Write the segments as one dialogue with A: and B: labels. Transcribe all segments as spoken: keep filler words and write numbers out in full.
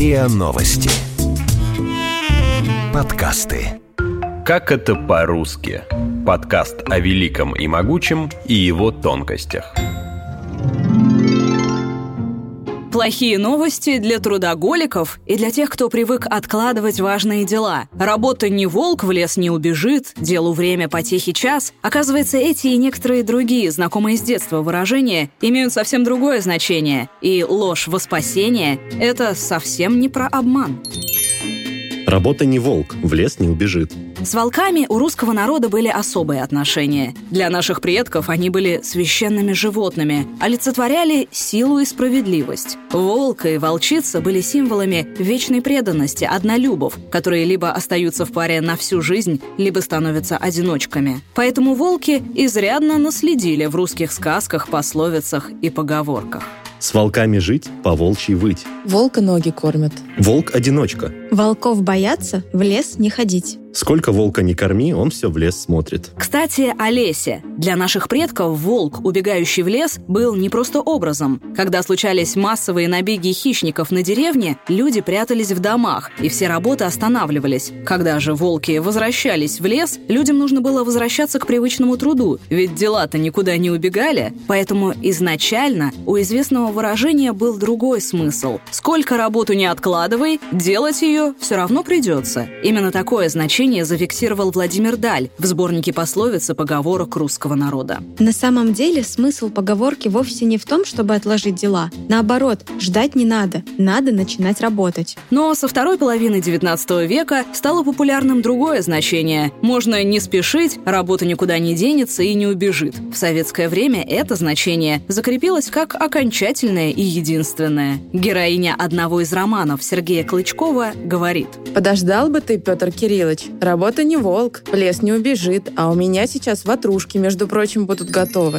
A: РИА Новости. Подкасты.
B: Как это по-русски? Подкаст о великом и могучем и его тонкостях.
C: Плохие новости для трудоголиков и для тех, кто привык откладывать важные дела. Работа не волк, в лес не убежит, делу время, потехи час. Оказывается, эти и некоторые другие, знакомые с детства выражения, имеют совсем другое значение. И ложь во спасение – это совсем не про обман.
D: Работа не волк, в лес не убежит.
C: С волками у русского народа были особые отношения. Для наших предков они были священными животными, олицетворяли силу и справедливость. Волк и волчица были символами вечной преданности однолюбов, которые либо остаются в паре на всю жизнь, либо становятся одиночками. Поэтому волки изрядно наследили в русских сказках, пословицах и поговорках.
D: С волками жить, по волчьи выть.
E: Волка ноги кормят.
D: Волк-одиночка.
F: Волков боятся, в лес не ходить.
D: Сколько волка не корми, он все в лес смотрит.
C: Кстати, о лесе. Для наших предков волк, убегающий в лес, был не просто образом. Когда случались массовые набеги хищников на деревни, люди прятались в домах, и все работы останавливались. Когда же волки возвращались в лес, людям нужно было возвращаться к привычному труду, ведь дела-то никуда не убегали. Поэтому изначально у известного выражения был другой смысл. Сколько работу не откладывай, делать ее все равно придется. Именно такое значение зафиксировал Владимир Даль в сборнике пословиц и поговорок русского народа.
F: На самом деле смысл поговорки вовсе не в том, чтобы отложить дела. Наоборот, ждать не надо, надо начинать работать.
C: Но со второй половины девятнадцатого века стало популярным другое значение. Можно не спешить, работа никуда не денется и не убежит. В советское время это значение закрепилось как окончательное и единственное. Героиня одного из романов Сергея Клычкова говорит:
E: «Подождал бы ты, Петр Кириллович, работа не волк, в лес не убежит, а у меня сейчас ватрушки, между прочим, будут готовы».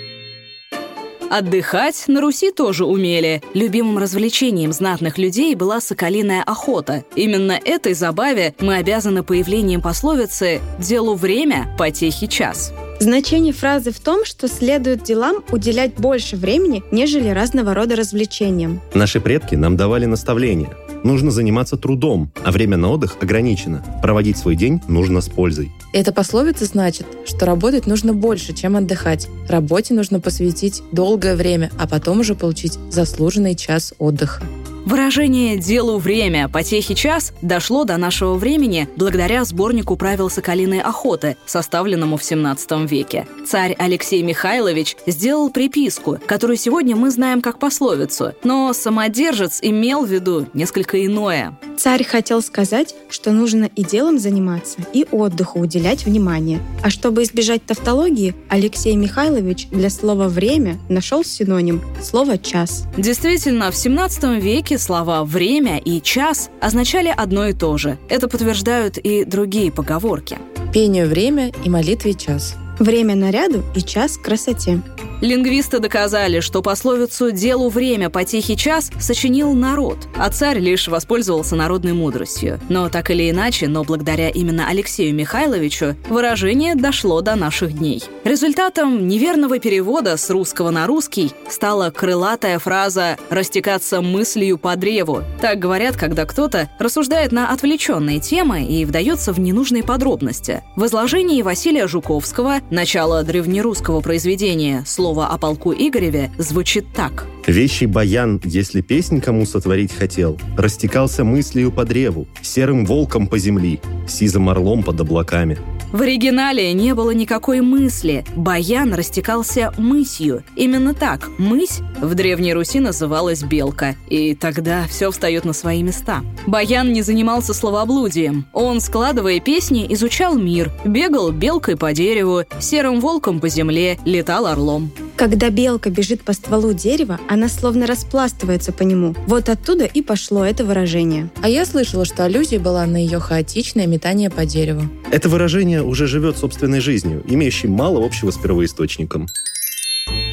C: Отдыхать на Руси тоже умели. Любимым развлечением знатных людей была соколиная охота. Именно этой забаве мы обязаны появлением пословицы «делу время, потехи час».
F: Значение фразы в том, что следует делам уделять больше времени, нежели разного рода развлечениям.
D: Наши предки нам давали наставления. Нужно заниматься трудом, а время на отдых ограничено. Проводить свой день нужно с пользой.
E: Эта пословица значит, что работать нужно больше, чем отдыхать. Работе нужно посвятить долгое время, а потом уже получить заслуженный час отдыха.
C: Выражение «делу время, потехи час» дошло до нашего времени благодаря сборнику правил соколиной охоты, составленному в семнадцатом веке. Царь Алексей Михайлович сделал приписку, которую сегодня мы знаем как пословицу, но самодержец имел в виду несколько иное.
F: Царь хотел сказать, что нужно и делом заниматься, и отдыху уделять внимание. А чтобы избежать тавтологии, Алексей Михайлович для слова «время» нашел синоним – слово «час».
C: Действительно, в семнадцатом веке слова «время» и «час» означали одно и то же. Это подтверждают и другие поговорки.
E: Пению время и молитве час.
F: Время наряду и час красоте.
C: Лингвисты доказали, что пословицу «делу время, потехи час» сочинил народ, а царь лишь воспользовался народной мудростью. Но так или иначе, но благодаря именно Алексею Михайловичу, выражение дошло до наших дней. Результатом неверного перевода с русского на русский стала крылатая фраза «растекаться мыслью по древу». Так говорят, когда кто-то рассуждает на отвлеченные темы и вдается в ненужные подробности. В изложении Василия Жуковского начало древнерусского произведения «Слово о полку Игореве» звучит так.
D: «Вещий баян, если песнь кому сотворить хотел, растекался мыслью по древу, серым волком по земли, сизым орлом под облаками».
C: В оригинале не было никакой мысли. Баян растекался мысью. Именно так мысь в Древней Руси называлась белка. И тогда все встает на свои места. Баян не занимался словоблудием. Он, складывая песни, изучал мир, бегал белкой по дереву, серым волком по земле, летал орлом.
F: Когда белка бежит по стволу дерева, она словно распластывается по нему. Вот оттуда и пошло это выражение.
E: А я слышала, что аллюзия была на ее хаотичное метание по дереву.
D: Это выражение уже живет собственной жизнью, имеющей мало общего с первоисточником.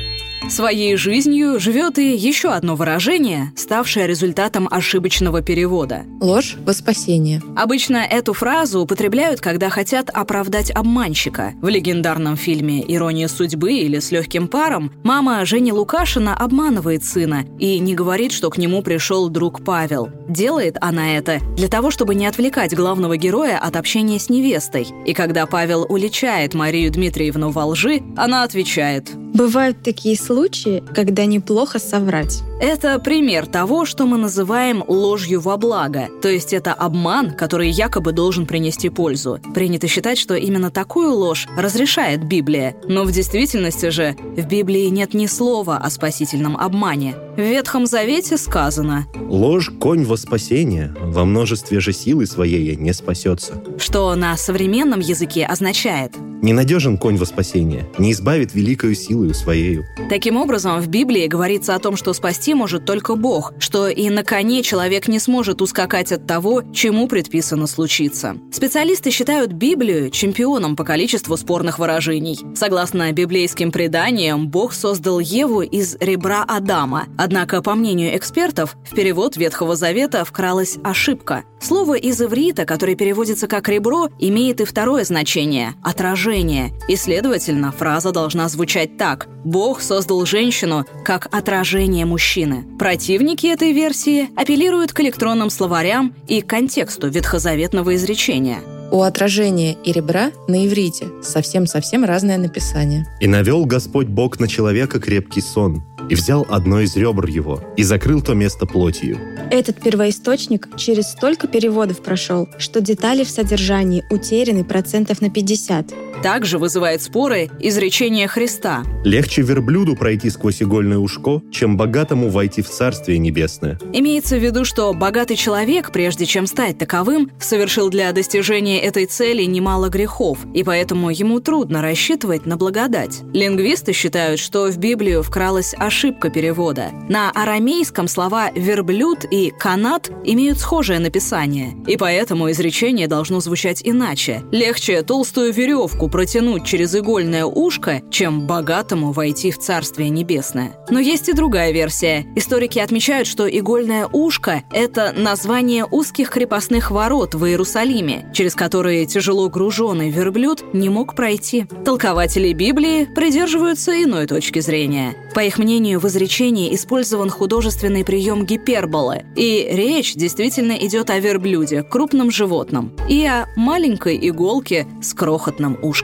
C: Своей жизнью живет и еще одно выражение, ставшее результатом ошибочного перевода.
E: Ложь во спасение.
C: Обычно эту фразу употребляют, когда хотят оправдать обманщика. В легендарном фильме «Ирония судьбы» или «С легким паром» мама Жени Лукашина обманывает сына и не говорит, что к нему пришел друг Павел. Делает она это для того, чтобы не отвлекать главного героя от общения с невестой. И когда Павел уличает Марию Дмитриевну во лжи, она отвечает:
F: Бывают такие случаи, когда неплохо соврать.
C: Это пример того, что мы называем ложью во благо, то есть это обман, который якобы должен принести пользу. Принято считать, что именно такую ложь разрешает Библия, но в действительности же в Библии нет ни слова о спасительном обмане. В Ветхом Завете сказано:
D: «Ложь – конь во спасение, во множестве же силы своей не спасется»,
C: что на современном языке означает:
D: «Ненадежен конь во спасение, не избавит великою силою своею».
C: Таким образом, в Библии говорится о том, что спасти может только Бог, что и на коне человек не сможет ускакать от того, чему предписано случиться. Специалисты считают Библию чемпионом по количеству спорных выражений. Согласно библейским преданиям, Бог создал Еву из ребра Адама. Однако, по мнению экспертов, в перевод Ветхого Завета вкралась ошибка. Слово из иврита, которое переводится как «ребро», имеет и второе значение – «отражение». И, следовательно, фраза должна звучать так: «Бог создал женщину как отражение мужчины». Противники этой версии апеллируют к электронным словарям и контексту ветхозаветного изречения.
E: У отражения и ребра на иврите совсем-совсем разное написание.
D: «И навел Господь Бог на человека крепкий сон, и взял одно из ребр его, и закрыл то место плотью».
F: Этот первоисточник через столько переводов прошел, что детали в содержании утеряны процентов на пятьдесят.
C: Также вызывает споры изречение Христа:
D: «Легче верблюду пройти сквозь игольное ушко, чем богатому войти в Царствие Небесное».
C: Имеется в виду, что богатый человек, прежде чем стать таковым, совершил для достижения этой цели немало грехов, и поэтому ему трудно рассчитывать на благодать. Лингвисты считают, что в Библию вкралась ошибка перевода. На арамейском слова «верблюд» и «канат» имеют схожее написание, и поэтому изречение должно звучать иначе. Легче толстую веревку протянуть через игольное ушко, чем богатому войти в Царствие Небесное. Но есть и другая версия. Историки отмечают, что игольное ушко – это название узких крепостных ворот в Иерусалиме, через которые тяжело груженный верблюд не мог пройти. Толкователи Библии придерживаются иной точки зрения. По их мнению, в изречении использован художественный прием гиперболы, и речь действительно идет о верблюде, крупном животном, и о маленькой иголке с крохотным ушком.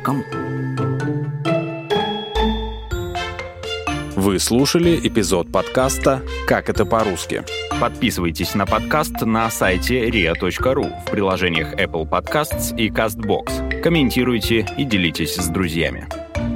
B: Вы слушали эпизод подкаста «Как это по-русски». Подписывайтесь на подкаст на сайте риа точка ру, в приложениях Apple Podcasts и CastBox. Комментируйте и делитесь с друзьями.